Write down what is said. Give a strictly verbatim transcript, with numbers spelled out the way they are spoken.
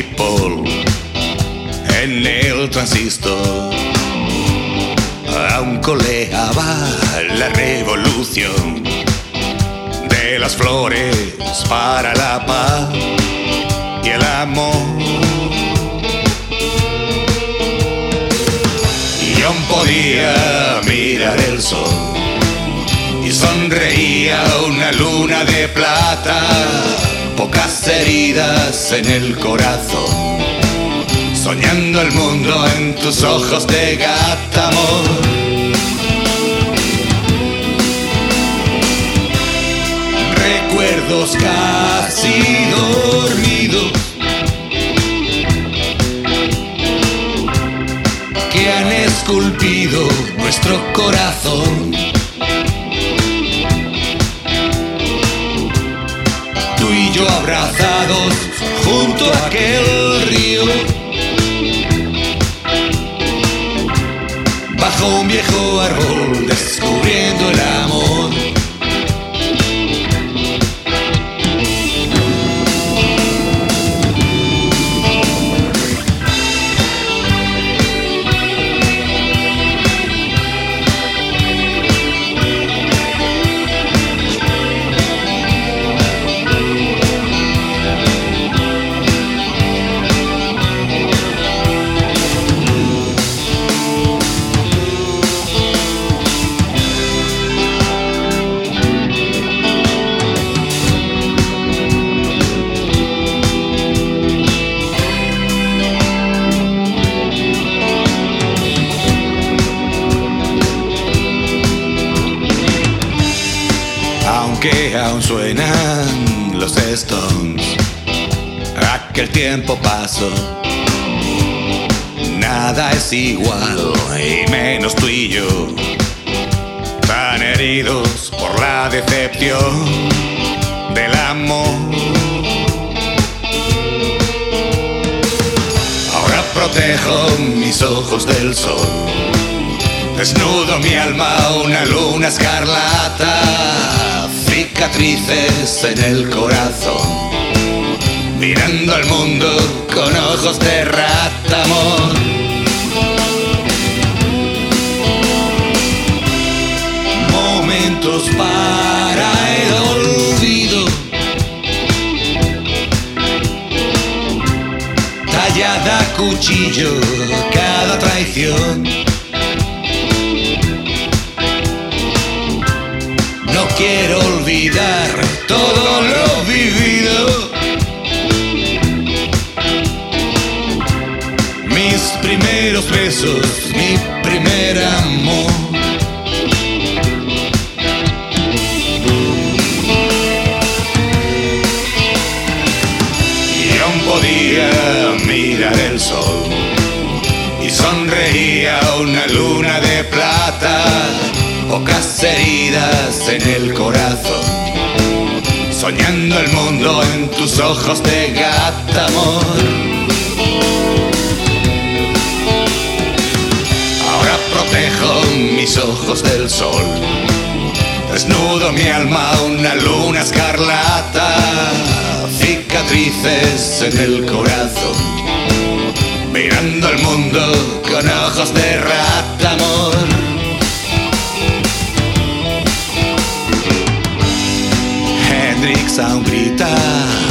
people en el transistor. Aún coleaba la revolución de las flores para la paz y el amor. Y aún podía mirar el sol y sonreía una luna de plata, pocas heridas en el corazón, soñando el mundo en tus ojos de gata, amor. Recuerdos casi dormidos que han esculpido nuestro corazón. Tú y yo abrazados junto a aquel río, bajo un viejo árbol, descubriendo el amor. Que aún suenan los Stones, aquel tiempo pasó, nada es igual y menos tú y yo, tan heridos por la decepción del amor. Ahora protejo mis ojos del sol, desnudo mi alma a una luna escarlata, cicatrices en el corazón, mirando al mundo con ojos de rata, amor. Momentos para el olvido, tallada a cuchillo cada traición. No quiero olvidar todo lo vivido, mis primeros besos, mi primer amor. Y aún podía mirar el sol y sonreía una luna de plata, pocas heridas en el corazón, soñando el mundo en tus ojos de gata, amor. Ahora protejo mis ojos del sol, desnudo mi alma a una luna escarlata, cicatrices en el corazón, mirando al mundo con ojos de rata, amor. Hendrix aún grita